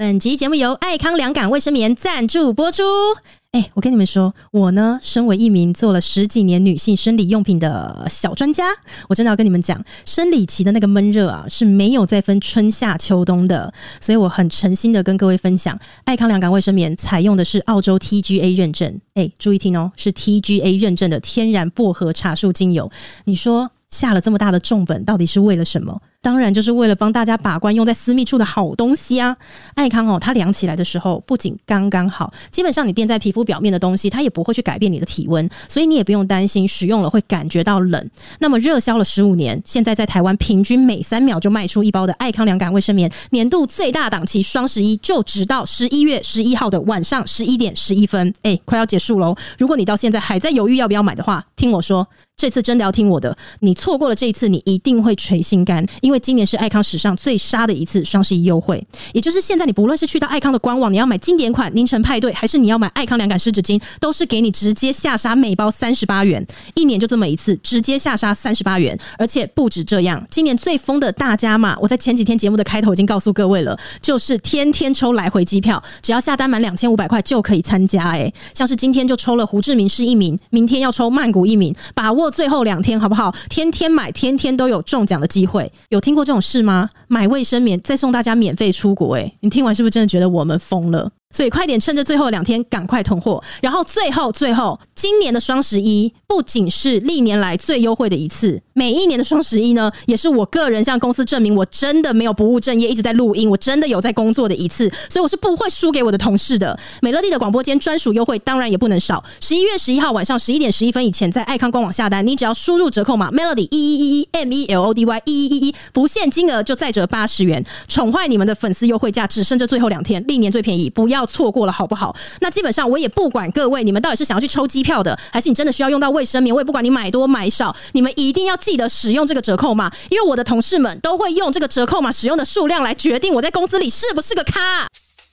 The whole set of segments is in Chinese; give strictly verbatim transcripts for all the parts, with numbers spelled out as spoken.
本集节目由爱康良感卫生棉赞助播出。哎，我跟你们说，我呢，身为一名做了十几年女性生理用品的小专家，我真的要跟你们讲，生理期的那个闷热啊，是没有再分春夏秋冬的，所以我很诚心的跟各位分享，爱康良感卫生棉采用的是澳洲 T G A 认证，哎，注意听哦，是 T G A 认证的天然薄荷茶树精油。你说下了这么大的重本，到底是为了什么？当然就是为了帮大家把关用在私密处的好东西啊！爱康哦，它量起来的时候不仅刚刚好，基本上你垫在皮肤表面的东西，它也不会去改变你的体温，所以你也不用担心使用了会感觉到冷。那么热销了十五年，现在在台湾平均每三秒就卖出一包的爱康良感卫生棉，年度最大档期双十一就直到十一月十一号的晚上十一点十一分，哎，快要结束喽！如果你到现在还在犹豫要不要买的话，听我说。这次真的要听我的，你错过了这一次，你一定会捶心肝，因为今年是爱康史上最杀的一次双十一优惠，也就是现在你不论是去到爱康的官网，你要买经典款凝尘派对，还是你要买爱康良感湿纸巾，都是给你直接下杀每包三十八元，一年就这么一次，直接下杀三十八元，而且不止这样，今年最疯的大家嘛，我在前几天节目的开头已经告诉各位了，就是天天抽来回机票，只要下单满两千五百块就可以参加，哎，像是今天就抽了胡志明市一名，明天要抽曼谷一名，把握最后两天好不好？天天买，天天都有中奖的机会。有听过这种事吗？买卫生棉再送大家免费出国，欸，你听完是不是真的觉得我们疯了？所以快点趁着最后两天赶快囤货，然后最后最后今年的双十一不仅是历年来最优惠的一次，每一年的双十一呢也是我个人向公司证明我真的没有不务正业，一直在录音，我真的有在工作的一次，所以我是不会输给我的同事的。美乐蒂的广播间专属优惠当然也不能少，十一月十一号晚上十一点十一分以前在爱康官网下单，你只要输入折扣码 Melody 一一一一 M E L O D Y 一一一一，不限金额就再折八十元，宠坏你们的粉丝优惠价，只剩这最后两天，历年最便宜，不要错过了好不好？那基本上我也不管各位，你们到底是想要去抽机票的，还是你真的需要用到卫生棉，我也不管你买多买少，你们一定要记得使用这个折扣码，因为我的同事们都会用这个折扣码使用的数量来决定我在公司里是不是个咖。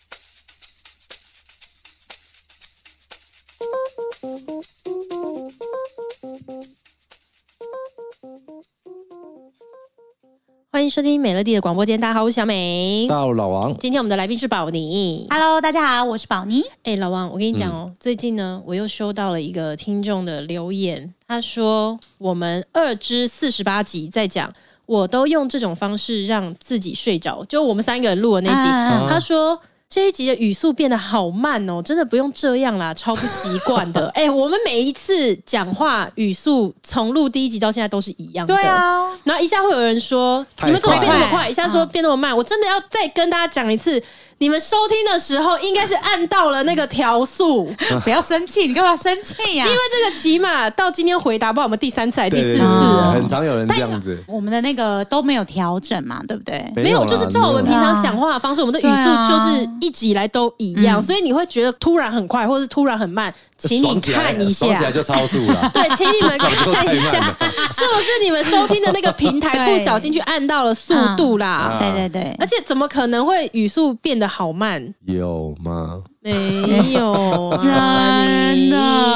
欢迎收听美乐蒂的广播间，大家好，我是小美， 大家好，老王。 今天我们的来宾是宝妮。 Hello， 大家好，我是宝妮。 哎、欸，老王，我跟你讲哦、嗯，最近呢，我又收到了一个听众的留言，他说我们二至四十八集在讲，我都用这种方式让自己睡着，就我们三个人录的那集，啊、他说。这一集的语速变得好慢哦，真的不用这样啦，超不习惯的。哎、欸，我们每一次讲话语速从录第一集到现在都是一样的。对啊，然后一下会有人说你们怎么变那么快，一下说变那么慢，我真的要再跟大家讲一次。你们收听的时候应该是按到了那个调速， 不要生气，你干嘛生气呀、啊？ 因为这个起码到今天回答，不知道我们第三次还是第四次、 哦，很常有人这样子。 我们的那个都没有调整嘛，对不对？ 没有，就是照我们平常讲话的方式，我们的语速就是一直以来都一样，啊、所以你会觉得突然很快，或是突然很慢，请你看一下， 爽起来就超速了。 对，请你们看一下，是不是你们收听的那个平台不小心去按到了速度啦？ 啊、对对对， 而且怎么可能会语速变得好慢？ 有吗？ 没有、啊， 真的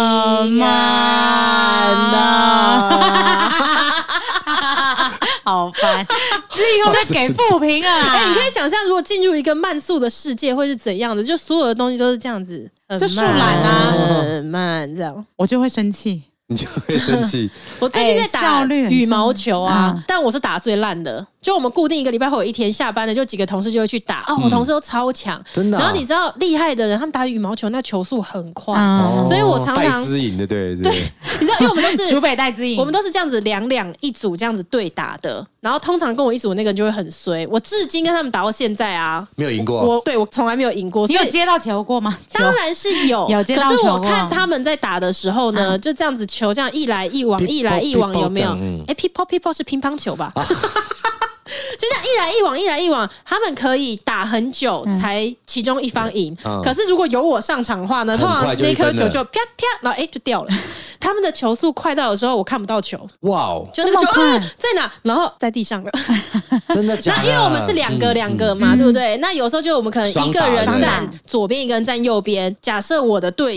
慢的，好烦！以后再给负评啊！ 哎、欸，你可以想象，如果进入一个慢速的世界会是怎样的？就所有的东西都是这样子， 就树懒啊， 很慢这样， 我就会生气。 你就会生气。 我最近在打羽毛球啊，但我是打最烂的。就我们固定一个礼拜会有一天下班了，就几个同事就会去打啊、哦，我同事都超强、嗯，真的、啊。然后你知道厉害的人，他们打羽毛球那球速很快，哦、所以我常常带资颖的，对对, 对。你知道，因为我们都是储备带资颖， 我们都是这样子两两一组这样子对打的。然后通常跟我一组的那个人就会很衰，我至今跟他们打到现在啊， 没有赢过。 我对我从来没有赢过。 你有接到球过吗？ 当然是有， 有接到球过。 可是我看他们在打的时候呢，嗯、就这样子球这样一来一往，一来一往，有没有？哎 ，people people 是乒乓球吧？啊就这样一来一往，一来一往，他们可以打很久才其中一方赢、嗯。可是如果有我上场的话呢，通常那颗球就啪啪，然后哎就掉了。他们的球速快到的时候，我看不到球。哇哦！就那个球、呃、在哪？然后在地上了。 真的假的？ 那因为我们是两个两个嘛、嗯，对不对？那有时候就我们可能一个人站左边，一个人站右边。假设我的队友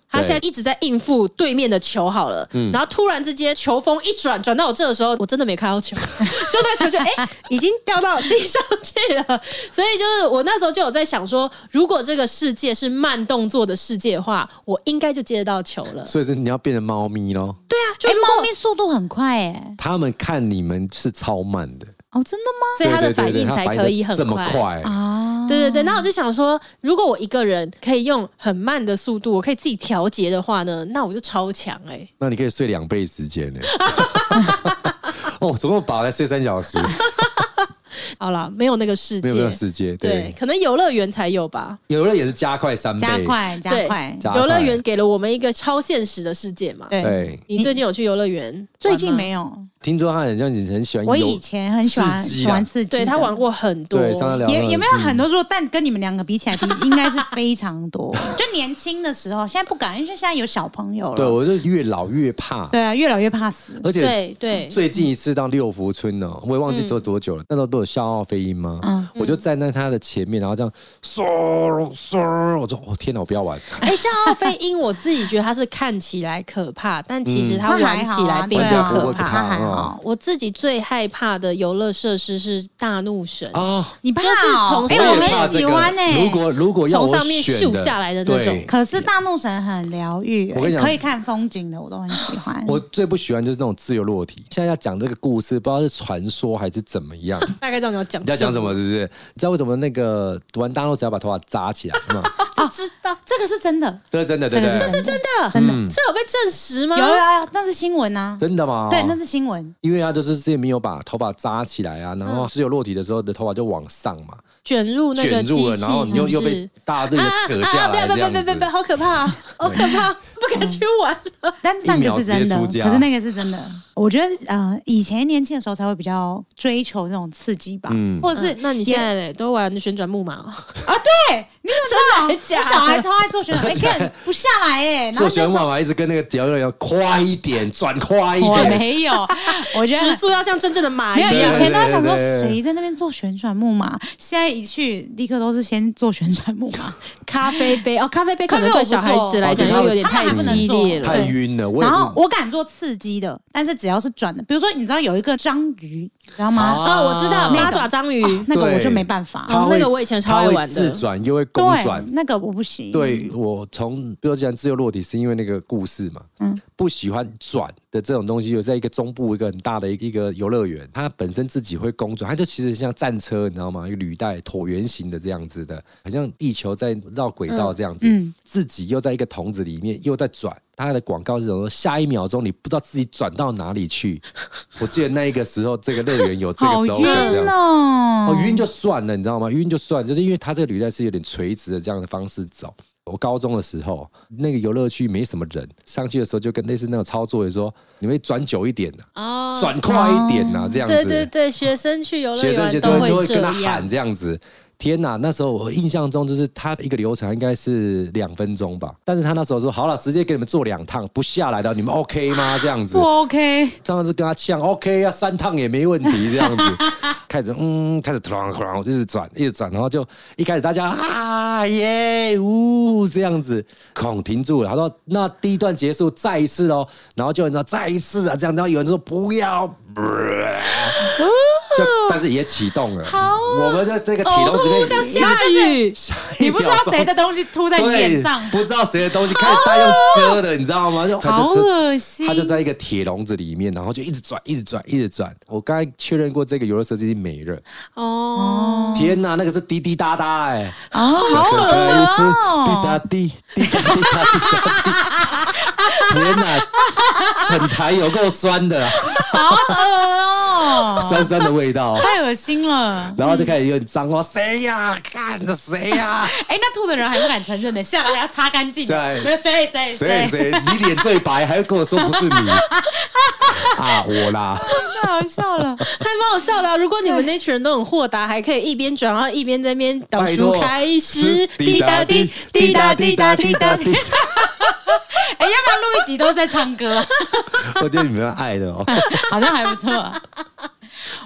他现在一直在应付对面的球好了，嗯、然后突然之间球风一转，转到我这的时候，我真的没看到球，就那球就哎、欸、已经掉到地上去了。所以就是我那时候就有在想说，如果这个世界是慢动作的世界的话，我应该就接得到球了。 所以是你要变成猫咪咯。 对啊，就哎、 是猫咪速度很快哎、欸。 他们看你们是超慢的。 哦，真的吗？ 所以他的反应才可以很快， 这么快啊！ 对对对，那我就想说，如果我一个人可以用很慢的速度，我可以自己调节的话呢，那我就超强哎、欸。 那你可以睡两倍时间呢、欸。哦，总共饱才睡三小时。 好啦，没有那个世界， 没有那个世界，对， 对可能游乐园才有吧。 游乐园是加快三倍， 加快加快。 游乐园给了我们一个超现实的世界嘛。 对， 对你最近有去游乐园？ 最近没有。 听说他很像你很喜欢， 我以前很喜欢喜欢刺激， 对他玩过很多， 对，上次聊也也没有很多说，但跟你们两个比起来，应该是非常多。就年轻的时候，现在不敢，因为现在有小朋友了。 对，我就越老越怕。 对啊，越老越怕死。 而且对对， 最近一次到六福村呢，我也忘记走多久了。那时候都有笑傲飞鹰吗？嗯，我就站在他的前面，然后这样嗖嗖，我说哦天哪，我不要玩。 哎，笑傲飞鹰，我自己觉得它是看起来可怕，但其实它玩起来并不可怕。我自己最害怕的游乐设施是大怒神哦， 你怕？ 就是从哎，我很喜欢哎。 如果如果要从上面咻下来的那种， 可是大怒神很疗愈， 我跟你讲， 可以看风景的，我都很喜欢。 我最不喜欢就是那种自由落体。现在要讲这个故事，不知道是传说还是怎么样。 大概知道你要讲， 你要讲什么，是不是？你知道为什么那个玩大怒神要把头发扎起来吗？ 我知道， 这个是真的， 这是真的，对不对？ 这是真的， 真的， 这有被证实吗？ 有啊，那是新闻啊， 真的吗？ 对，那是新闻。 因为他就是之前没有把头发扎起来啊，然后自由落体的时候的头发就往上嘛， 卷入那个机器， 然后你又又被大队的扯下来，这样子， 别别别别，好可怕，好可怕，不敢去玩了。 但那个是真的，可是那个是真的。我觉得呃，以前年轻的时候才会比较追求那种刺激吧，嗯，或者是那你现在嘞都玩旋转木马啊？ 对，你怎么知道？我小孩超爱做旋转，哎，看不下来哎， 做旋转木马一直跟那个屌一样，快一点，转快一点。 我没有，我觉得时速要像真正的马一样。 以前都在想说谁在那边做旋转木马，现在一去立刻都是先做旋转木马。 咖啡杯哦，咖啡杯可能对小孩子来讲又有点太激烈了， 太晕了。 然后我敢做刺激的，但是只要是转的，比如说你知道有一个章鱼，知道吗？ 啊，我知道八爪章鱼， 那个我就没办法。 那个我以前超爱玩的， 自转又会公转， 那个我不行。 对，我从比如讲自由落体是因为那个故事嘛，嗯，不喜欢转的这种东西，有在一个中部一个很大的一个游乐园，它本身自己会公转，它就其实像战车，你知道吗？一个履带椭圆形的这样子的，好像地球在绕轨道这样子，嗯，自己又在一个桶子里面又在转。它的广告是说下一秒钟你不知道自己转到哪里去。我记得那一个时候，这个乐园有这个 slogan 这样。 哦， 晕就算了，你知道吗？晕就算，就是因为它这个履带是有点垂直的这样的方式走。我高中的时候，那个游乐区没什么人，上去的时候就跟类似那种操作员说，你会转久一点啊，转、哦、快一点啊，这样子。 对对对，学生去游乐园学生都会就会跟他喊这样子。天哪！那时候我印象中就是他一个流程应该是两分钟吧，但是他那时候说好了，直接给你们做两趟，不下来的你们 OK 吗？这样子不 OK， 当时跟他呛 OK 啊，三趟也没问题，这样子开始嗯，开始突然突然一直转一直转，然后就一开始大家啊耶呜这样子，孔停住了，他说那第一段结束再一次哦，然后就你知道再一次啊这样，然后有人说不要。就但是也启动了，我们就这个体笼里面像下雨， 你不知道谁的东西吐在脸上， 不知道谁的东西开始大用遮的，你知道吗？就好恶心。 他就在一个铁笼子里面，然后就一直转，一直转，一直转。我刚才确认过，这个游乐设施已经没了。哦，天哪，那个是滴滴答答哎， 哦，好恶哦， 滴答滴，滴答滴答滴答滴。天哪，整台有够酸的， 好恶哦， 酸酸的味道， 太恶心了。 然后就开始有点脏话，谁呀？看着谁呀？ 哎，那吐的人还不敢承认呢，下来还要擦干净。谁谁谁谁谁？你脸最白，还要跟我说不是你啊？我啦， 太好笑了， 还蛮好笑的、啊。如果你们那群人都很豁达，还可以一边转，然后一边在那边倒数开始，滴答滴，滴答滴答滴答滴。 哎、欸，要不要录一集都在唱歌？ 我觉得你们爱的哦， 好像还不错。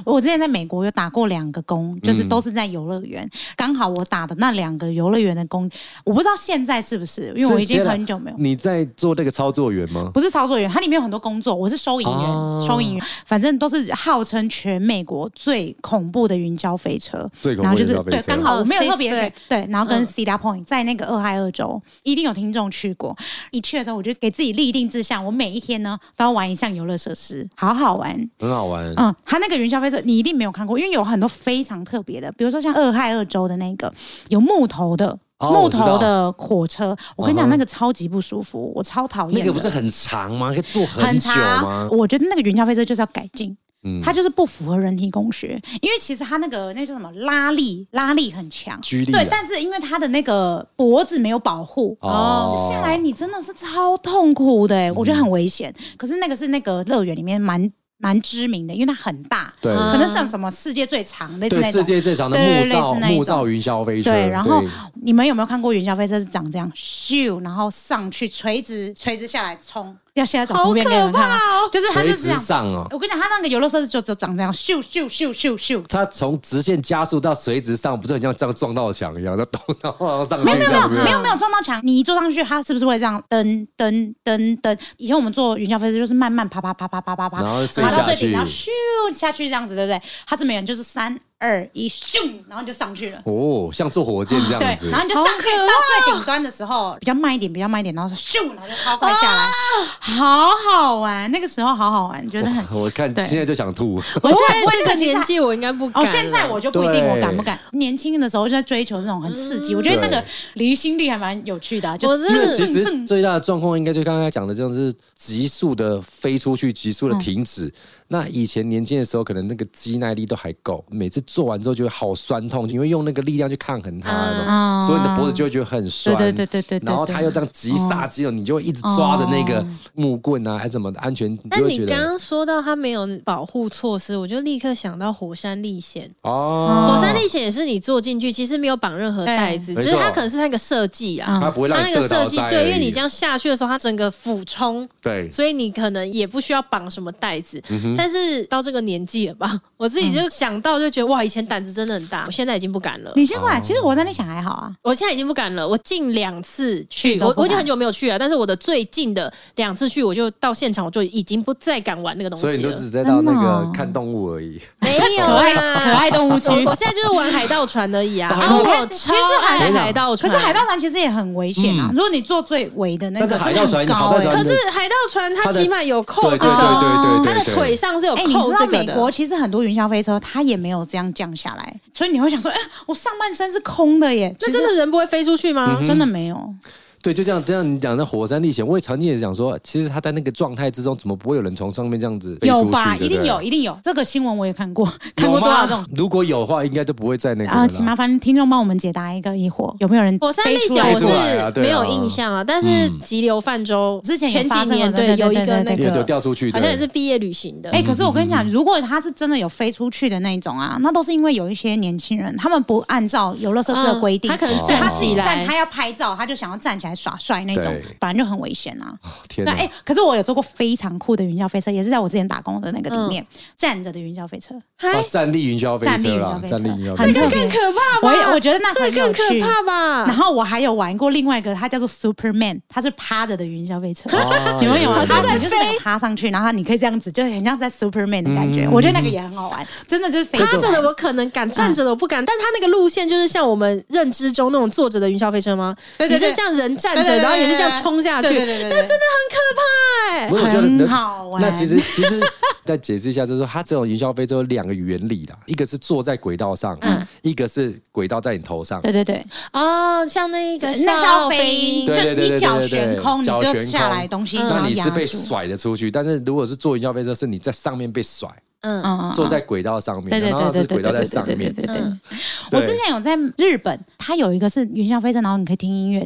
我之前在美国有打过两个工，就是都是在游乐园，刚、嗯、好我打的那两个游乐园的工，我不知道现在是不是，因为我已经很久没有。 你在做那个操作员吗？ 不是操作员，它里面有很多工作，我是收银员，哦、收银员，反正都是号称全美国最恐怖的云霄飞车， 最恐怖的云霄飞车。然后就是对，刚好我没有特别选，对，然后跟 Cedar Point 在那个俄亥俄州，一定有听众去过。一去的时候，我就给自己立定志向，我每一天呢都要玩一项游乐设施，好好玩， 很好玩。 嗯，它那个云霄飞车你一定没有看过，因为有很多非常特别的，比如说像俄亥俄州的那个有木头的。 哦、 木头的火车，我跟你讲，那个超级不舒服，我超讨厌。 那个不是很长吗？可以坐很久吗？ 我觉得那个云霄飞车就是要改进。嗯、它就是不符合人体工学，因为其实它那个那叫什么拉力，拉力很强， 居力、 啊、对，但是因为它的那个脖子没有保护，哦，下来你真的是超痛苦的、欸，我觉得很危险。嗯、可是那个是那个乐园里面蛮。蛮知名的，因为它很大， 对， 可能像什么世界最长类似那种， 对，世界最长的木造木造云霄飞车。 对，然后你们有没有看过云霄飞车是长这样，咻，然后上去垂直垂直下来冲？要现在找图片给你们看、啊， 哦、 就是它就是这样上哦。 我跟你讲，它那个游乐设施就就长这样，咻咻咻咻咻。 它从直线加速到垂直上，不是很像这样撞到墙一样，然后上去。 没有没有没有没有没有撞到墙，你一坐上去，它是不是会这样噔噔噔噔？以前我们坐云霄飞车就是慢慢爬爬爬爬爬爬爬， 然后爬到最顶，然后咻下去这样子，对不对？它是没有，就是三。二一咻，然后你就上去了。 哦，像坐火箭这样子。 对，然后你就上去到最顶端的时候，比较慢一点，比较慢一点，然后咻，然后就超快下来，啊、好好玩。那个时候好好玩，觉得很。 我看现在就想吐。 我现在这个年纪，我应该不敢。 哦，现在我就不一定我敢不敢。年轻的时候就在追求这种很刺激，嗯、我觉得那个离心力还蛮有趣的、啊。就是因为其实最大的状况，应该就刚才讲的，就是急速的飞出去，急速的停止。嗯那以前年轻的时候，可能那个肌耐力都还够，每次做完之后就会好酸痛，因为用那个力量去抗衡它，啊、所以你的脖子就会觉得很酸。 对对对对 对, 對。 然后他又这样急刹肌肉，你就会一直抓着那个木棍啊，还是什么的安全。 但你刚刚说到他没有保护措施，我就立刻想到火山历险。哦，火山历险也是你坐进去，其实没有绑任何带子，只是它可能是那个设计啊， 它不会让你它那个设计对，因为你这样下去的时候，它整个俯冲， 对， 所以你可能也不需要绑什么带子。嗯、但是到这个年纪了吧，我自己就想到就觉得、嗯、哇，以前胆子真的很大，我现在已经不敢了。 你先过来，其实我在那想还好啊， 我现在已经不敢了。我近两次去，我我已经很久没有去了，但是我的最近的两次去，我就到现场，我就已经不再敢玩那个东西了。 所以你都只在到那个看动物而已， 没有可爱可爱动物区。 我现在就是玩海盗船而已啊，然后我超爱海盗船。 可是海盗船其实也很危险啊，嗯、如果你坐最尾的那个， 海盗船高哎、欸。 可是海盗船它起码有扣这个，它的腿上是有扣这个的。 美国其实很多云霄飞车它也没有这样降下来，所以你会想说，哎、欸，我上半身是空的耶， 那真的人不会飞出去吗？ 嗯、真的没有。 对，就这样，这样你讲那火山历险，我也曾经也讲说，其实他在那个状态之中，怎么不会有人从上面这样子飞出去？ 有吧，一定有，一定有。这个新闻我也看过，看过多少种。 如果有的话，应该都不会在那个啊、 呃。请麻烦听众帮我们解答一个疑惑，有没有人火山历险？我是没有印象啊，但是急流泛舟之前前几年对有一个那个有掉出去， 好像也是毕业旅行的。 哎、欸，可是我跟你讲，如果他是真的有飞出去的那种啊，那都是因为有一些年轻人他们不按照游乐设施的规定， 他可能站起来， 他要拍照，他就想要站起来耍帅那种。本来就很危险啊！ 哦、天哪！ 哎、欸，可是我有坐过非常酷的云霄飞车，也是在我之前打工的那个里面、嗯、站着的云霄飞车， 哦、站立云霄飞车啦，站立云霄飞车，这个更可怕吧？ 我我觉得那很有趣， 这更可怕吧？ 然后我还有玩过另外一个，它叫做 Superman， 它是趴着的云霄飞车，哦、你们有吗？它在就是那个爬上去，然后你可以这样子，就很像在 Superman 的感觉。嗯、我觉得那个也很好玩，真的就是趴着的我可能敢，站着的我不敢。嗯、但它那个路线就是像我们认知中那种坐着的云霄飞车吗？ 对对对， 你是这样人站着，然后也是这样冲下去。 对对对对， 但真的很可怕哎、 欸，很好玩。 那其实其实再解释一下，就是说它这种云霄飞车有两个原理啦，一个是坐在轨道上，嗯，一个是轨道在你头上。 对对对， 哦，像那个那小飞鹰， 对对对对对， 一脚悬空，你就下来东西， 那你是被甩的出去。但是如果是坐云霄飞车，是你在上面被甩。嗯，坐在轨道上面， 对对对对对， 轨道在上面。 对对对，我之前有在日本，它有一个是云霄飞车，然后你可以听音乐的。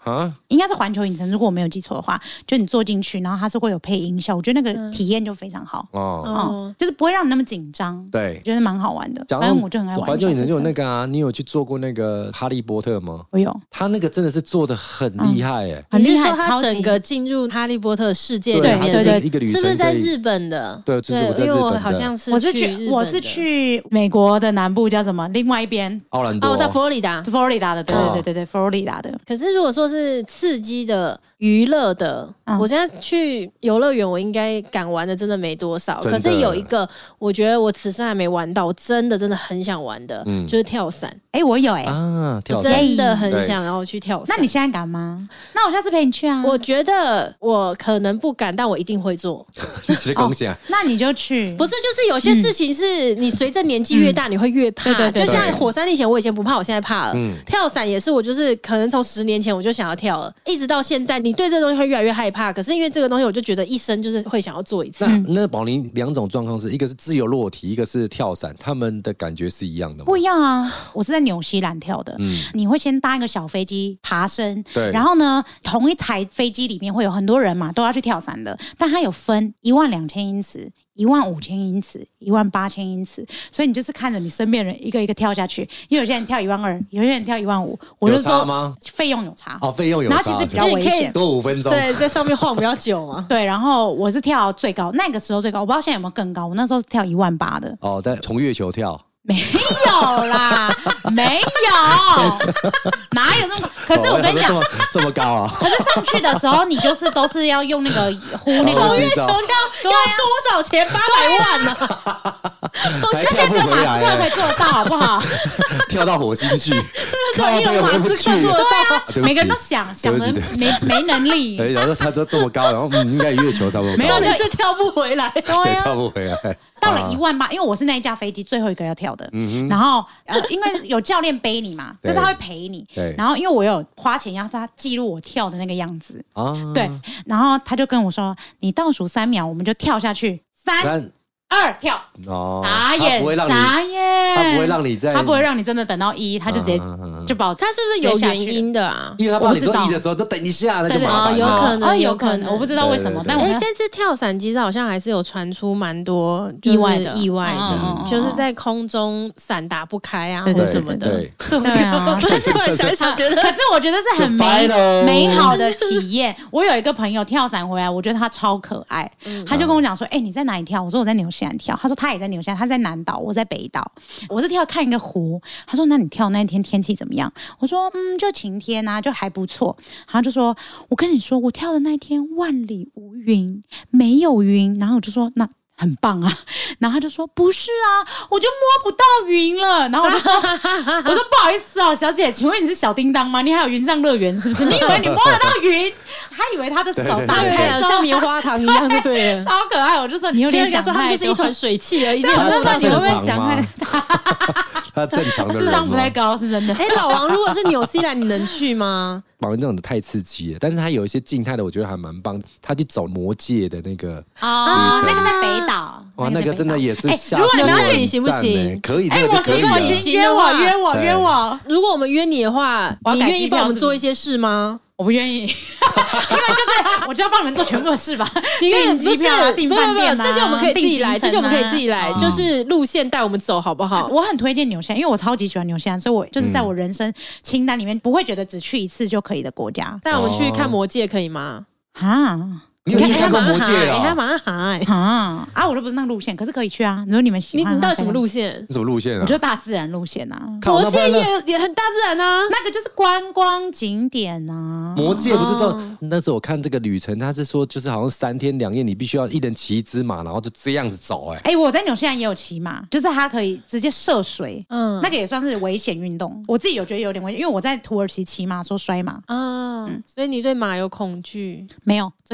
啊， 应该是环球影城，如果我没有记错的话，就你坐进去，然后它是会有配音效，我觉得那个体验就非常好。哦，嗯，就是不会让你那么紧张。对，我觉得蛮好玩的。反正我就很爱玩。环球影城就有那个啊，你有去做过那个哈利波特吗？ 我有。 他那个真的是做的很厉害哎， 很厉害。他整个进入哈利波特世界里面， 对对对， 是不是在日本的？ 对，这是我在日本的。因为我好像是我是去我是去美国的南部叫什么？另外一边奥兰多， 哦，在佛罗里达， 佛罗里达的，对对对对对，佛罗里达的。 可是如果说是刺激的娱乐的，我现在去游乐园，我应该敢玩的真的没多少。可是有一个，我觉得我此生还没玩到，我真的真的很想玩的，就是跳伞。 哎，我有哎， 啊，跳伞真的很想要去跳伞。 那你现在敢吗？那我下次陪你去啊。 我觉得我可能不敢，但我一定会做。 恭喜啊！ 那你就去。 不是，就是有些事情是你随着年纪越大，你会越怕。对对，就像火山历险，我以前不怕，我现在怕了。跳伞也是，我就是可能从十年前我就想要跳了，一直到现在，你对这个东西会越来越害怕。可是因为这个东西，我就觉得一生就是会想要做一次。 那那宝妮两种状况是一个是自由落体，一个是跳伞，他们的感觉是一样的吗？ 不一样啊！我是在纽西兰跳的，嗯，你会先搭一个小飞机爬升，对，然后呢，同一台飞机里面会有很多人嘛，都要去跳伞的，但它有分一万两千英尺。一万五千英尺，一万八千英尺，所以你就是看着你身边人一个一个跳下去，因为有些人跳一万二，有些人跳一万五，我就说费用有差哦，费用有差， 然后其实比较危险， 多五分钟， 对，在上面晃比较久嘛。 对，然后我是跳最高，那个时候最高，我不知道现在有没有更高，我那时候跳一万八的。 哦，在从月球跳。 没有啦，没有，哪有那么？可是我跟你讲， 哦、这, 么这么高啊！ 可是上去的时候，你就是都是要用那个呼那个月球跳，要多少钱？八百万呢、 啊？ 那现在马斯克可以做得到，好不好？ 跳到火星去， 靠那个马斯克做得到、 啊。每个人都想想的没没能力。 对，然后他说这么高，然后嗯，应该月球差不多高。 没有，你是跳不回来， 对，跳不回来。 到了一万八，因为我是那一架飞机最后一个要跳的，嗯、然后呃，因为有教练背你嘛，就是他会陪你，然后因为我有花钱要他记录我跳的那个样子，啊、对，然后他就跟我说，你倒数三秒，我们就跳下去，三。三二跳哦，傻眼，傻眼， 他不会让你在， 他不会让你真的等到一，他就直接就保， 他是不是有原因的啊？ 因为他怕你说一的时候都等一下，那就麻烦。 有可能，有可能， 我不知道为什么。但哎， 但是跳伞其实好像还是有传出蛮多意外的，意外的，就是在空中伞打不开啊，或什么的。 对啊， 突然想想觉得， 可是我觉得是很美美好的体验。我有一个朋友跳伞回来，我觉得他超可爱，他就跟我讲说：“哎，你在哪里跳？”我说：“我在纽西兰跳。”他说他也在纽西兰，他在南岛，我在北岛。我是跳看一个湖。他说：“那你跳那天天气怎么样？”我说：“嗯，就晴天啊，就还不错。”他就说：“我跟你说，我跳的那天万里无云，没有云。”然后我就说：“那很棒啊。”然后他就说：“不是啊，我就摸不到云了。”然后我就说：“我说不好意思哦，小姐，请问你是小叮当吗？你还有云上乐园是不是？你以为你摸得到云？”他以为他的手打开像棉花糖一样，就对了， 超可爱。我就说你有点想太多， 他就是一团水汽而已。 对，我就说你会不会想太大？ 他正常的人智商不太高，是真的。 哎，老王，如果是纽西兰，你能去吗？ 保龄这种的太刺激了，但是他有一些静态的，我觉得还蛮棒。他去走魔界的那个啊，那个在北岛， 哇，那个真的也是。 如果你要去，你行不行？ 可以， 哎，我行我行，约我约我约我。 如果我们约你的话，你愿意帮我们做一些事吗？ 我不愿意，因为就是我就要帮你们做全部的事吧。订机票啊，订饭店啊， 这些我们可以自己来，这些我们可以自己来，就是路线带我们走，好不好？ 我很推荐纽西兰，因为我超级喜欢纽西兰，所以我就是在我人生清单里面不会觉得只去一次就可以的国家。 带我们去看魔戒可以吗？ 啊！ 你有去看过魔戒啊？ 他马上海啊啊！我就不是那个路线，可是可以去啊。如果你们喜欢， 你你到底什么路线？ 什么路线啊？ 我就大自然路线啊。 魔戒也也很大自然啊， 那个就是观光景点啊。 魔戒不是就那时候我看这个旅程，他是说就是好像三天两夜，你必须要一人骑一只马，然后就这样子走。哎哎，我在纽西兰也有骑马，就是它可以直接涉水，嗯，那个也算是危险运动。我自己有觉得有点危险，因为我在土耳其骑马的时候摔马啊，所以你对马有恐惧？ 没有，最近还是可以。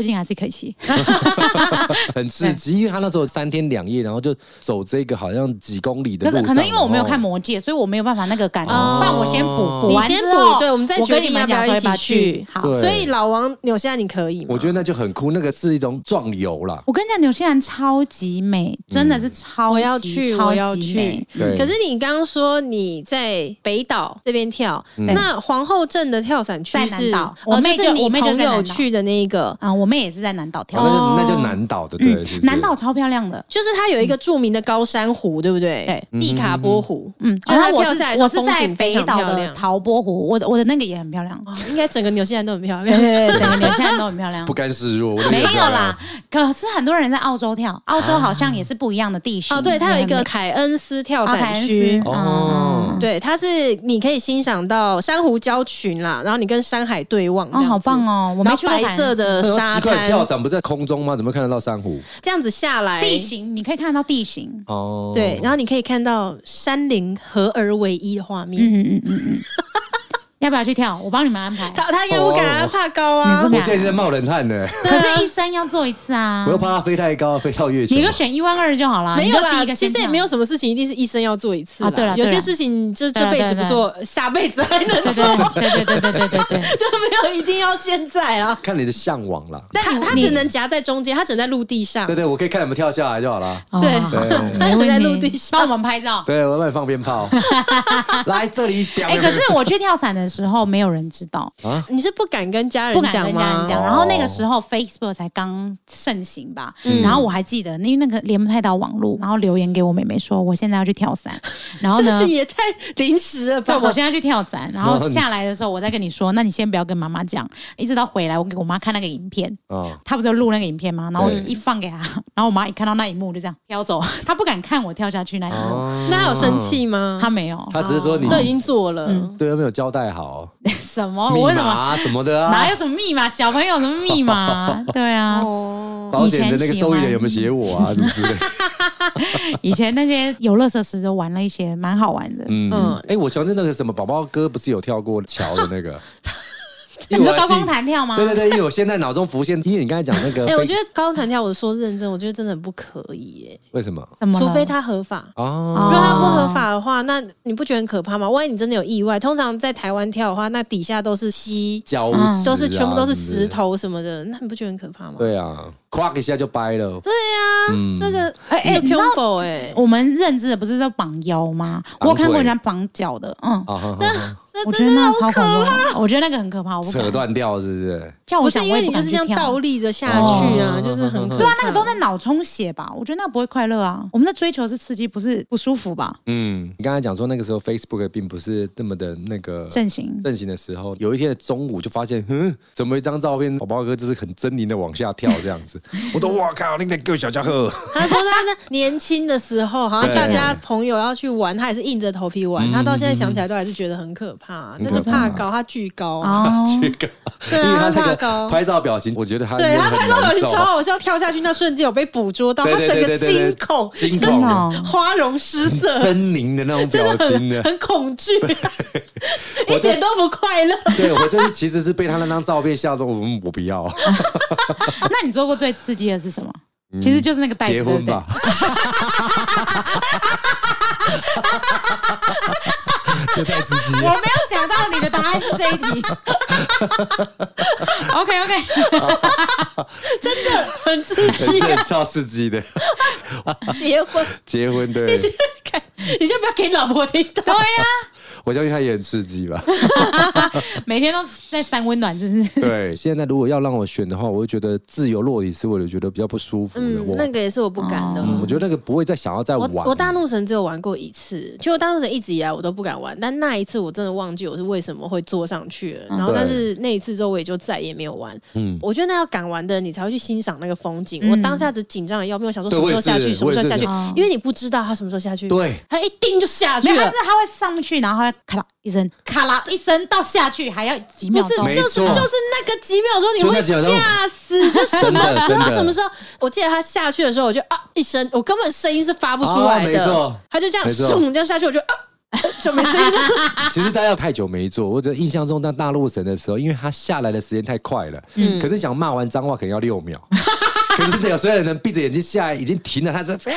吹气， 很刺激，因为他那时候三天两夜，然后就走这个好像几公里的路上。 可是可能因为我没有看《魔戒》，所以我没有办法那个感觉。不然我先补，补完之后， 对，我们再决定要不要一起去。 好， 所以老王纽西兰你可以吗？ 我觉得那就很酷，那个是一种壮游啦。 我跟你讲，纽西兰超级美，真的是超级、 我要去，我要去。可是你刚刚说你在北岛这边跳，那皇后镇的跳伞区在南岛，我妹就是你朋友去的那个啊，我妹也是在南岛跳， 那就那就南岛的，对， 南岛超漂亮的， 就是它有一个著名的高山湖，对不对？ 对， 蒂卡波湖。 嗯，然后我是我是在北岛的陶波湖，我的我的那个也很漂亮， 应该整个纽西兰都很漂亮， 对对，整个纽西兰都很漂亮， 不甘示弱。 没有啦，可是很多人在澳洲跳，澳洲好像也是不一样的地形哦。对，它有一个凯恩斯跳伞区， 哦， 对，它是你可以欣赏到珊瑚礁群啦，然后你跟山海对望，哦， 好棒哦！我没去过白色的沙滩， 跳伞不在空中吗？怎么看得到珊瑚？ 这样子下来， 地形你可以看得到地形哦， 对，然后你可以看到山林合而为一的画面。 嗯嗯嗯嗯。要不要去跳？我帮你们安排。 他他应该不敢，他怕高啊。 我现在在冒冷汗呢。 可是医生要做一次啊。 我又怕他飞太高，飞到月球。 你就选一万二就好了。 没有啦， 其实也没有什么事情一定是医生要做一次啊。对了， 有些事情就这辈子不做，下辈子还能做。 对对对对对对对， 就没有一定要现在啊。 看你的向往啦。 但他他只能夹在中间，他只能在陆地上。 对对，我可以看你们跳下来就好了。 对，他只能在陆地上帮我们拍照。 对，我帮你放鞭炮。来这里表演。 哎，可是我去跳伞的时候，没有人知道啊。你是不敢跟家人讲吗？ 不敢跟家人讲。然后那个时候 Facebook 才刚盛行吧，然后我还记得，因为那个连不太到网络，然后留言给我妹妹说，我现在要去跳伞。然后呢， 这是也太临时了吧？ 对，我现在去跳伞，然后下来的时候，我再跟你说，那你先不要跟妈妈讲，一直到回来，我给我妈看那个影片，她不是录那个影片吗？然后我一放给她，然后我妈一看到那一幕就这样飘走，她不敢看我跳下去那一幕。 那她有生气吗？ 她没有， 她只是说你都已经做了， 对，没有交代好什么密码什么的啊， 哪有什么密码？小朋友什么密码？对啊， 保险的那个受益人有没有写我啊？是不是？ 以前那些游乐设施都玩了一些蛮好玩的。 嗯嗯，哎，我想起那个什么宝宝哥不是有跳过桥的那个。 你说高空弹跳吗？ 对对对，因为我现在脑中浮现，因为你刚才讲那个， 哎、欸，我觉得高空弹跳，我说认真，我觉得真的不可以耶。 为什么？ 除非它合法哦。如果它不合法的话，那你不觉得很可怕吗？万一你真的有意外，通常在台湾跳的话，那底下都是溪、 礁石， 都是全部都是石头什么的，那你不觉得很可怕吗？ 对啊，咵一下就掰了。 对啊，嗯、这个哎哎，你知道哎， 我们认知的不是叫绑腰吗？我有看过人家绑脚的，嗯，那。我觉得那超可怕，我觉得那个很可怕，我扯断掉是不是？ 叫我想， 因为你就是这样倒立着下去啊，就是很可怕。 对啊，那个都在脑充血吧？我觉得那不会快乐啊。我们的追求是刺激，不是不舒服吧？ 嗯，你刚才讲说那个时候 Facebook 并不是那么的那个盛行， 盛行的时候，有一天的中午就发现，嗯，怎么一张照片，宝宝哥就是很狰狞的往下跳这样子，我都哇靠，那个狗小家伙。 他说他那年轻的时候，好像大家朋友要去玩，他也是硬着头皮玩。他到现在想起来都还是觉得很可怕，那个怕。高，他巨高啊， 巨高， 对啊，他怕高。 拍照表情，我觉得他对他拍照表情超好笑，跳下去那瞬间有被捕捉到，他整个惊恐、 惊恐、 花容失色、 狰狞的那种表情的， 很恐惧，一点都不快乐。 对我这其实是被他那张照片吓到，我我不要。 那你做过最刺激的是什么？其实就是那个袋子， 结婚吧。这太刺激了！ 我没有想到你的答案是这一题。OK OK， 真的很刺激， 超刺激的。 结婚， 结婚，对。 你就不要给你老婆听到。 对呀、 啊。我相信他也很刺激吧。 每天都在三温暖，是不是？ 对，现在如果要让我选的话，我会觉得自由落体是我觉得比较不舒服的。 嗯，那个也是我不敢的。 嗯、我觉得那个不会再想要再玩。 我, 我大怒神只有玩过一次，就大怒神一直以来我都不敢玩，但那一次我真的忘记我是为什么会坐上去了。嗯、然后，但是那一次之后我也就再也没有玩。嗯，我觉得那要敢玩的，你才会去欣赏那个风景。嗯、我当下只紧张的要命，我想说什么时候下去，什么时候下去，因为你不知道他什么时候下去。 对， 他一叮就下去了。 没有，但是他会上去，然后他会咔啦一声，咔啦一声到下去还要几秒钟， 不是，就是就是那个几秒钟你会吓死，就什么时候什么时候？我记得他下去的时候，我就啊一声，我根本声音是发不出来的， 哦、他就这样咻这样下去，我就啊。 就没声音了。 其实大家太久没做，我觉得印象中当大陆神的时候，因为他下来的时间太快了，嗯，可是想骂完脏话可能要六秒，可是有些人闭着眼睛下来已经停了，他这。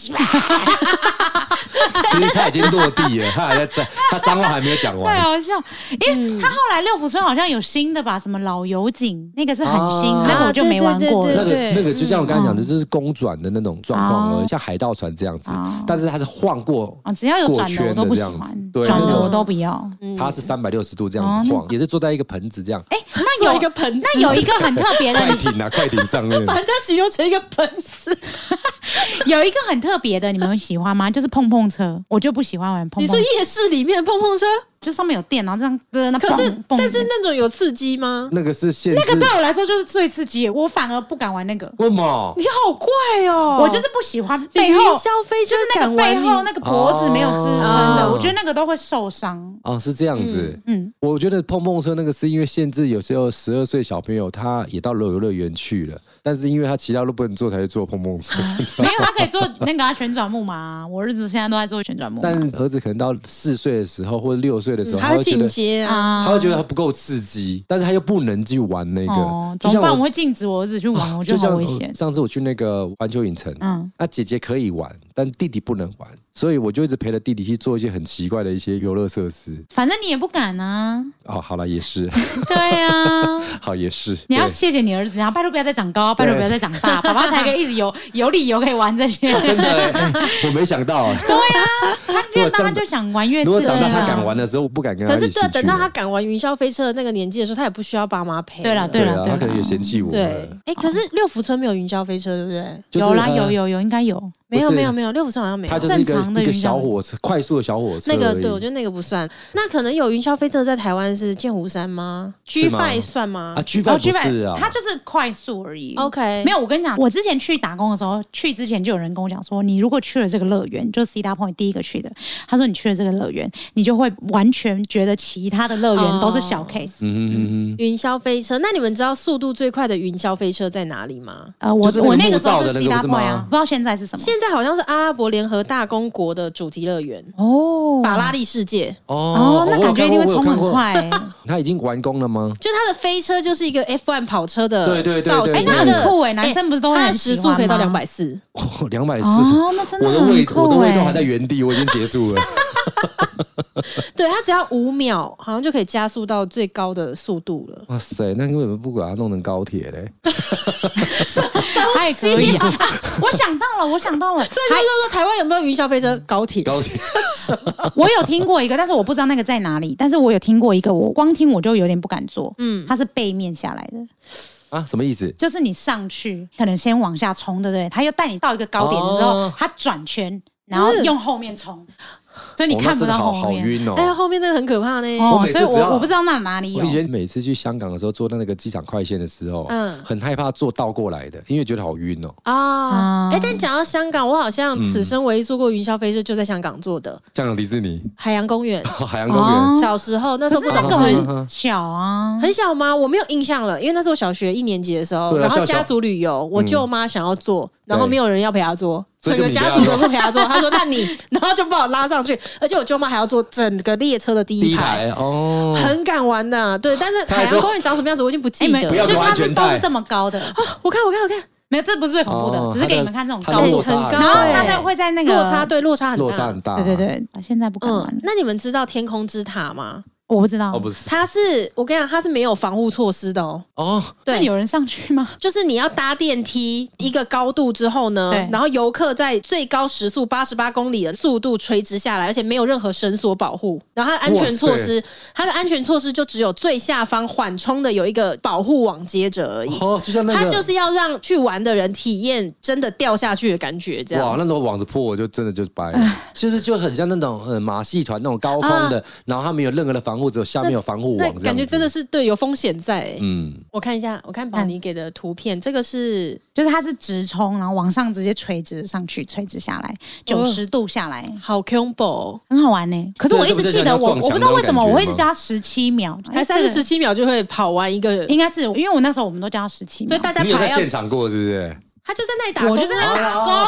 其实他已经落地了，他还在他脏话还没有讲完， 太好笑。因为他后来六福村好像有新的吧，什么老油井，那个是很新，啊、那个我就没玩过了。 那个那个就像我刚才讲的，就是公转的那种状况而已，像海盗船这样子，但是它是晃过， 哦，只要有转的我都不喜欢，转的我都不要。 它是三百六十度这样子晃，也是坐在一个盆子这样。 哎，那有一个盆， 那有一个很特别的， 快艇啊，快艇上面， 把人家形容成一个盆子。 有一个很特别的，你们喜欢吗？就是碰碰车，我就不喜欢玩碰碰。 你说夜市里面碰碰车， 就上面有电，然后这样的那。可是，但是那种有刺激吗？ 那个是限制， 那个对我来说就是最刺激，我反而不敢玩那个。 为什么？ 你好怪哦！ 我就是不喜欢背后消费， 就是那个背后那个脖子没有支撑的，哦、我觉得那个都会受伤。 哦，是这样子。嗯，嗯我觉得碰碰车那个是因为限制，有时候十二岁小朋友他也到游乐园去了。但是因为他其他都不能坐，才去坐碰碰车。 没有，他可以坐那个、啊、旋转木马。我儿子现在都在坐旋转木马。 但儿子可能到四岁的时候或者六岁的时候， 嗯、他会进阶啊， 他会觉得他不够刺激，但是他又不能去玩那个。 哦、怎么办？我会禁止我儿子去玩，我觉得好危险。 上次我去那个环球影城，嗯，那姐姐可以玩，但弟弟不能玩。所以我就一直陪着弟弟去做一些很奇怪的一些游乐设施。 反正你也不敢啊。 哦，好了，也是。 对啊。 好，也是。 你要谢谢你儿子，然后拜托不要再长高，拜托不要再长大，爸爸才可以一直有有理由可以玩这些。 哦、真的、欸，我没想到。 对啊，他越大就想玩越刺激。 如果长大他敢玩的时候，我不敢跟他一起去。 可是对，等到他敢玩云霄飞车的那个年纪的时候，他也不需要爸妈陪。 对了，对了， 他可能也嫌弃我。 对，哎，可是六福村没有云霄飞车，对不对？ 就是、 有啦，有有有，应该有。 没有没有没有，六福村好像没有。 它就是一个一个小火车，快速的小火车。 那个对，我觉得那个不算。那可能有云霄飞车在台湾是剑湖山吗 ？G 五 算吗？ 啊 ，G 五 不是啊， 它就是快速而已。 OK， 没有，我跟你讲，我之前去打工的时候，去之前就有人跟我讲说，你如果去了这个乐园，就是 Cedar Point 第一个去的，他说你去了这个乐园，你就会完全觉得其他的乐园都是小 case。 嗯嗯嗯。 云霄飞车，那你们知道速度最快的云霄飞车在哪里吗？ 呃，我我那个时候是 Cedar Point 啊，不知道现在是什么。 现在好像是阿拉伯联合大公国的主题乐园哦， 法拉利世界哦，那感觉一定会冲很快、欸。 它已经完工了吗？ 就它的飞车就是一个 F 一 跑车的对对对造型， 哎、欸，那很酷哎、欸，男生不是都会很喜欢吗？ 它的时速可以到两百四， 两百四哦，那真的很酷、欸、 我的胃我的胃都还在原地，我已经结束了。 对，它只要五秒，好像就可以加速到最高的速度了。 哇塞，那为什么不把它弄成高铁嘞？ 它也可以、啊啊。我想到了，我想到了。 所以就是说，台湾有没有云霄飞车？高铁？ 高铁？ 我有听过一个，但是我不知道那个在哪里。但是我有听过一个，我光听我就有点不敢坐。嗯，它是背面下来的。 啊，什么意思？ 就是你上去，可能先往下冲，对不对？他又带你到一个高点之后，他、哦、转圈，然后用后面冲。所以你看不到后面， 哦、好晕哦！ 哎呀，后面那个很可怕呢。 哦，所以我我不知道那哪里有。 我以前每次去香港的时候，坐那个机场快线的时候，嗯，很害怕坐倒过来的，因为觉得好晕哦。 啊，哎、嗯，但讲到香港，我好像此生唯一坐过云霄飞车就在香港坐的。 香港迪士尼、 海洋公园、 哦、海洋公园、哦。 小时候那时候不懂事，小啊， 很小吗？我没有印象了，因为那是我小学一年级的时候， 啊、 然后家族旅游，我舅妈想要坐，然后没有人要陪她坐。整个家族都不陪他坐，他说：“那你，然后就把我拉上去，而且我舅妈还要坐整个列车的第一排， 哦， 很敢玩的。对，但是海洋公园长什么样子我已经不记得了， 不要就是它是都是这么高的。 我看，我看，我看， 没有，这不是最恐怖的， 哦、 只是给你们看这种高度很高， 然后它在会在那个落差，对，落差很大， 落差很大。 对对对，现在不敢玩、嗯。 那你们知道天空之塔吗？” 我不知道， 哦、不是， 它是我跟你讲，它是没有防护措施的哦。 哦， 对， 有人上去吗？ 就是你要搭电梯一个高度之后呢，然后游客在最高时速八十八公里的速度垂直下来，而且没有任何绳索保护。然后它的安全措施，它的安全措施就只有最下方缓冲的有一个保护网接着而已。 哦，就像那个， 它就是要让去玩的人体验真的掉下去的感觉，这样。 哇，那种网子破，我就真的就是掰了，就是就很像那种呃马戏团那种高空的，啊、然后它没有任何的防护，只有下面有防。 那感觉真的是对有风险在、欸。 嗯， 我看一下，我看宝妮给的图片，这个是就是它是直冲，然后往上直接垂直上去，垂直下来九十度下来， 好恐怖， 很好玩呢、欸。可是我一直记得我，我不知道为什么我会一直叫它十七秒， 还三十十七秒就会跑完一个， 应该是因为我那时候我们都叫它十七秒， 所以大家你有在现场过是不是？ 他就在那里打工、啊， 我就在那里打工啊。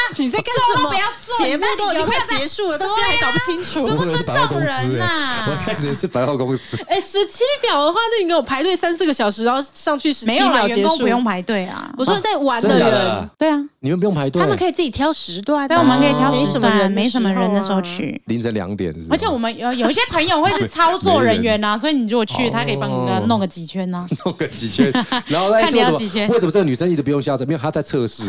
你在干什么？ 不要做， 节目都已经快结束了，到现在还搞不清楚。 我以为是百货公司、 人呐、 欸！我开始是百货公司。 哎、欸，十七秒的话，那你给我排队三四个小时，然后上去十七秒结束， 员工不用排队啊。 我说在玩的人， 啊对啊， 你们不用排队， 他们可以自己挑时段、啊， 对，我们可以挑时段， 没什么人的时候去， 凌晨两点是。 而且我们有有一些朋友会是操作人员呐、啊，所以你如果去，他可以帮你弄个几圈呢、啊， 弄个几圈，然后再看你要几圈。 为什么这个女生一直不用下车？因为她在测试。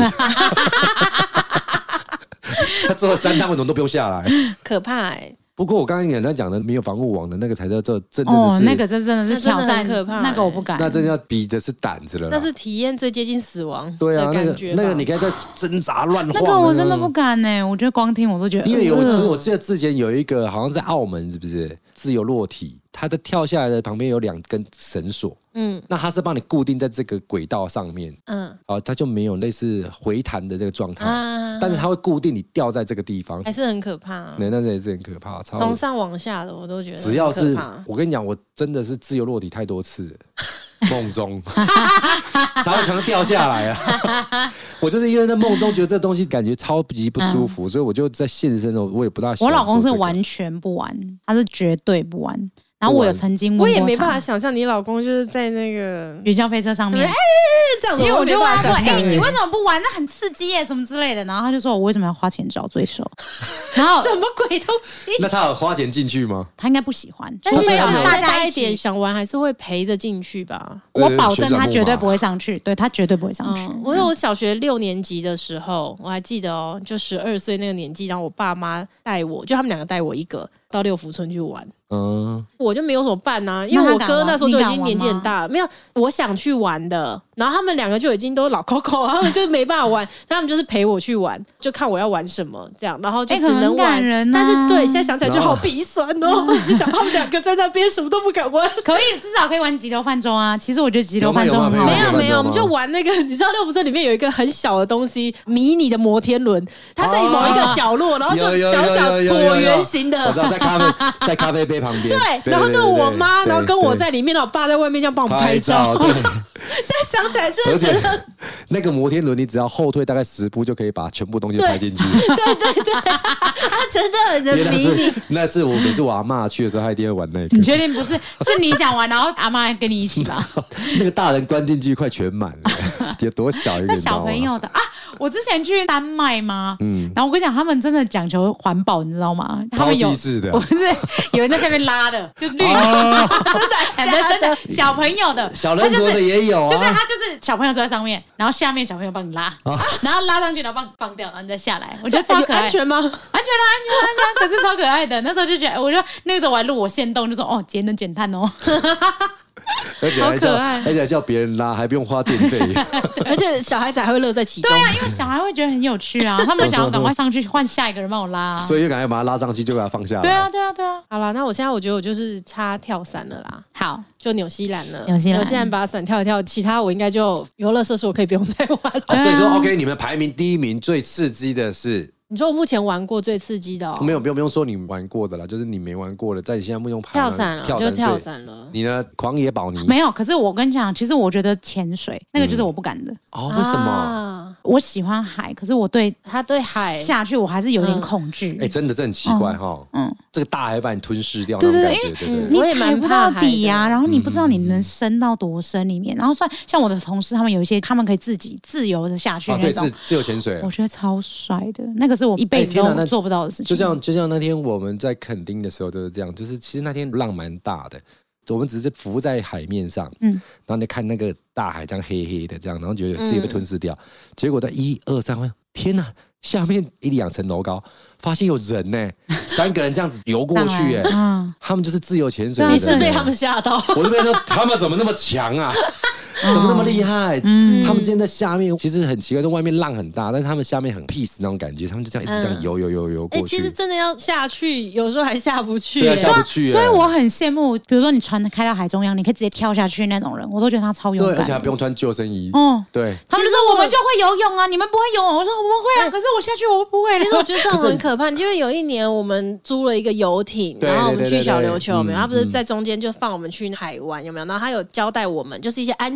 他做了三趟，为什么都不用下来？ 可怕哎、欸！ 不过我刚刚跟他讲的没有防护网的那个才叫这真的是哦，那个真真的是挑战， 可怕、欸， 那个我不敢。 那真要比的是胆子了， 那是体验最接近死亡。 对啊，那个那个你刚才在挣扎乱晃， 那个我真的不敢呢、欸。我觉得光听我都觉得， 因为有我我记得之前有一个好像在澳门是不是自由落体，他在跳下来的旁边有两根绳索。嗯，那它是帮你固定在这个轨道上面，嗯，好，它就没有类似回弹的这个状态，啊、但是它会固定你掉在这个地方， 还是很可怕、啊。 对，那也是很可怕， 从上往下的我都觉得， 只要是我跟你讲，我真的是自由落体太多次了，梦中才会可能掉下来啊。我就是因为在梦中觉得这东西感觉超级不舒服，嗯、所以我就在现实生活我也不大喜欢、 這個。我老公是完全不玩，他是绝对不玩。然后我有曾经问过他， 我也没办法想象你老公就是在那个云霄飞车上面，哎、欸， 这样子， 因为我就问他说：“哎、欸，你为什么不玩？那很刺激耶，什么之类的。”然后他就说：“我为什么要花钱找罪受？”然后什么鬼东西？ 那他有花钱进去吗？ 他应该不喜欢， 除非大家一点想玩，还是会陪着进去吧。 我保证他绝对不会上去，对他绝对不会上去。 嗯、我说我小学六年级的时候，我还记得哦，就十二岁那个年纪，然后我爸妈带我，就他们两个带我一个到六福村去玩。嗯，我就没有什么办啊，因为我哥那时候就已经年纪很大了，没有我想去玩的，然后他们两个就已经都老 Coco， 他们就没办法玩，他们就是陪我去玩，就看我要玩什么这样，然后就只能玩。 欸啊、 但是对，现在想起来就好鼻酸哦，嗯、就想他们两个在那边什么都不敢玩。 可以，至少可以玩急流泛舟啊。其实我觉得急流泛舟很好。 没有没有，我们就玩那个，你知道六福村里面有一个很小的东西，迷你的摩天轮，它在某一个角落，然后就小小椭圆形的， 我知道在咖啡在咖啡杯旁边。 对。然后就我妈，然后跟我在里面，然后我爸在外面这样帮我们拍照。现在想起来真的觉得， 那个摩天轮你只要后退大概十步就可以把全部东西拍进去。 对对对，它真的很迷你。 那是我每次我阿嬷去的时候，她一定会玩那个。 你确定不是？是你想玩，然后阿嬷跟你一起吧？ 那个大人关进去快全满了，有多小一个？ 那小朋友的啊！我之前去丹麦嘛，嗯，然后我跟你讲，他们真的讲求环保，你知道吗？他们有的， 不是有人在下面拉的，就绿的，哦、真的，真的，真的，小朋友的， 小人国的也有、啊就是，就是他就是小朋友坐在上面，然后下面小朋友帮你拉，啊、然后拉上去，然后帮你放掉，然后你再下来。我觉得超可爱， 安全吗？安全啦，安全安全，可是超可爱的。那时候就觉得，我就那个时候我还录我限动，就说哦，节能减碳哦。 而且还叫，而且还叫别人拉，还不用花电费， 而且小孩子还会乐在其中。 对啊，因为小孩会觉得很有趣啊，他们想要赶快上去换下一个人帮我拉、啊， 所以就赶快把他拉上去，就把他放下来。 对啊，对啊，对啊。 好了，那我现在我觉得我就是差跳伞了啦。 好， 就纽西兰了。 纽西兰， 纽西兰把伞跳一跳，其他我应该就游乐设施我可以不用再玩了。 哦、所以说 ，OK， 你们排名第一名最刺激的是。 你说我目前玩过最刺激的、哦， 没有不用不用说你玩过的啦，就是你没玩过的，在你现在目用排跳伞了，就跳伞了。 你呢？狂野保尼没有，可是我跟你讲，其实我觉得潜水那个就是我不敢的、嗯、 哦。为什么、啊？ 我喜欢海，可是我对他对海下去我还是有点恐惧。 哎、嗯欸，真的这很奇怪哈、哦。嗯，这个大海把你吞噬掉， 对对对对， 对对， 你踩不到底呀、啊，然后你不知道你能深到多深里面。然后算像我的同事，他们有一些他们可以自己自由的下去那种， 啊、对，自由潜水， 我觉得超帅的。那个是我一辈子都做不到的事情。 就像就像那天我们在垦丁的时候就是这样，就是其实那天浪蛮大的。我们只是浮在海面上，嗯，然后你看那个大海这样黑黑的这样，然后觉得自己被吞噬掉，嗯、结果在一二三，天哪，下面一两层楼高，发现有人呢、欸，三个人这样子游过去、欸，哎、嗯，他们就是自由潜水的人、欸， 你是被他们吓到？ 我这边说他们怎么那么强啊？怎么那么厉害？嗯，他们之前在下面其实很奇怪，就外面浪很大，但是他们下面很 peace 那种感觉，他们就这样一直这样游游游游过去。 欸、其实真的要下去，有时候还下不去、欸， 对啊，下不去、欸。 所以我很羡慕，比如说你船开到海中央，你可以直接跳下去那种人，我都觉得他超勇敢。 对，而且还不用穿救生衣。哦，对。 他们就说我们就会游泳啊，你们不会游泳。我说我们会啊，可是我下去我不会。 其实我觉得这种很可怕，因为有一年我们租了一个游艇，然后我们去小琉球，有没有？他不是在中间就放我们去海湾，有没有？然后他有交代我们，就是一些安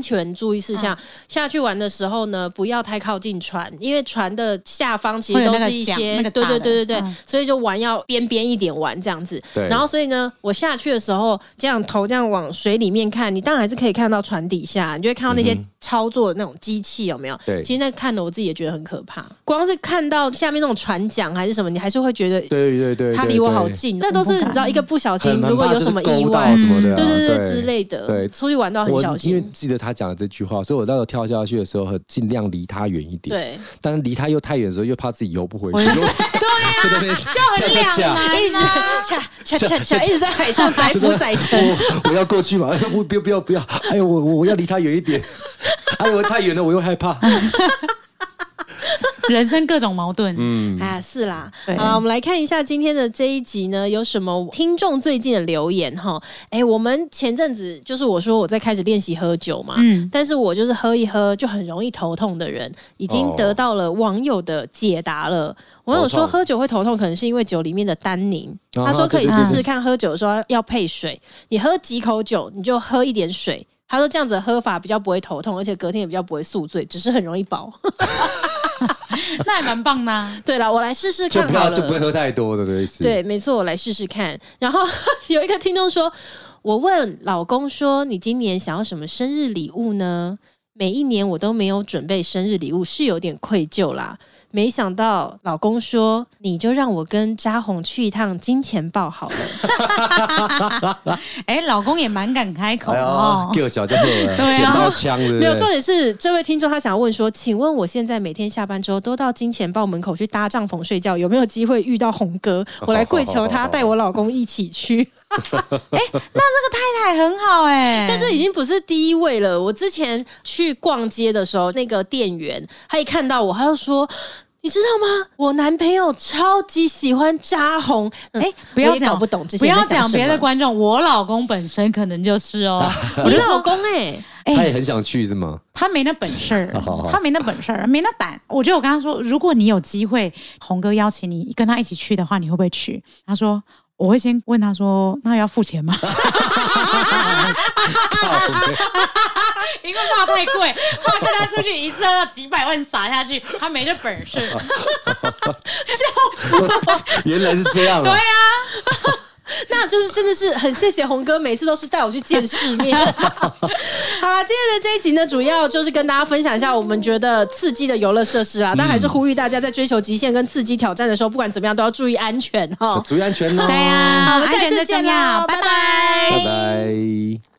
全注意事项。嗯、下去玩的时候呢，不要太靠近船，因为船的下方其实都是一些，那个、对对对对对、嗯，所以就玩要边边一点玩这样子。然后所以呢，我下去的时候，这样头这样往水里面看，你当然还是可以看到船底下，你就会看到那些操作的那种机器有没有？对，其实那看了我自己也觉得很可怕。光是看到下面那种船桨还是什么，你还是会觉得， 对对对， 它离我好近。那都是你知道，一个不小心，如果有什么意外什么的、啊， 对对对之类的，对，出去玩到很小心。 因为记得他讲的这句话，所以我那时候跳下去的时候，尽量离他远一点。对，但是离他又太远的时候，又怕自己游不回去。对呀、啊，就很两难， 一直恰恰恰恰一直在海上载浮载沉。 我要过去嘛？哎，不不要不要不要！哎呦，我我要离他远一点。哎呦，太远了，我又害怕。 人生各种矛盾， 嗯，哎，是啦。好啦，我们来看一下今天的这一集呢，有什么听众最近的留言哈？哎，我们前阵子就是我说我在开始练习喝酒嘛，嗯，但是我就是喝一喝就很容易头痛的人，已经得到了网友的解答了。哦、网友说喝酒会头痛，可能是因为酒里面的单宁。他说可以试试看，喝酒的时候要配水，你喝几口酒，你就喝一点水。他说这样子的喝法比较不会头痛，而且隔天也比较不会宿醉，只是很容易饱。 那还蛮棒的、啊。 对了，我来试试看好了， 就不会喝太多的意思。 对，没错，我来试试看。然后有一个听众说，我问老公说，你今年想要什么生日礼物呢？每一年我都没有准备生日礼物，是有点愧疚啦。没想到老公说，你就让我跟扎红去一趟金钱豹好了。 哎、欸，老公也蛮敢开口哦， 给我小就好了，捡到枪了。 没有，重点是这位听众他想要问说，请问我现在每天下班之后都到金钱豹门口去搭帐篷睡觉，有没有机会遇到红哥？我来跪求他带我老公一起去。 哎、欸，那这个太太很好哎、欸， 但这已经不是第一位了。我之前去逛街的时候，那个店员他一看到我，他就说。你知道吗？我男朋友超级喜欢扎红。哎、欸， 不要讲搞不懂这些， 不要讲别的观众，我老公本身可能就是哦。 你老公哎、 欸欸，他也很想去是吗？ 他没那本事儿，他没那本事儿，没那胆。我觉得我跟他说，如果你有机会，红哥邀请你跟他一起去的话，你会不会去？他说。我会先问他说：“那要付钱吗？”因为怕太贵，怕跟他出去一次要几百万撒下去，他没这本事。笑死我！ 原来是这样、啊。 对呀、 啊。那就是真的是很谢谢红哥，每次都是带我去见世面。好啦，今天的这一集呢，主要就是跟大家分享一下我们觉得刺激的游乐设施啦，但还是呼吁大家在追求极限跟刺激挑战的时候，不管怎么样都要注意安全哈， 注意安全哦。 对呀、啊， 好，我们下次见啦，拜拜， 拜拜。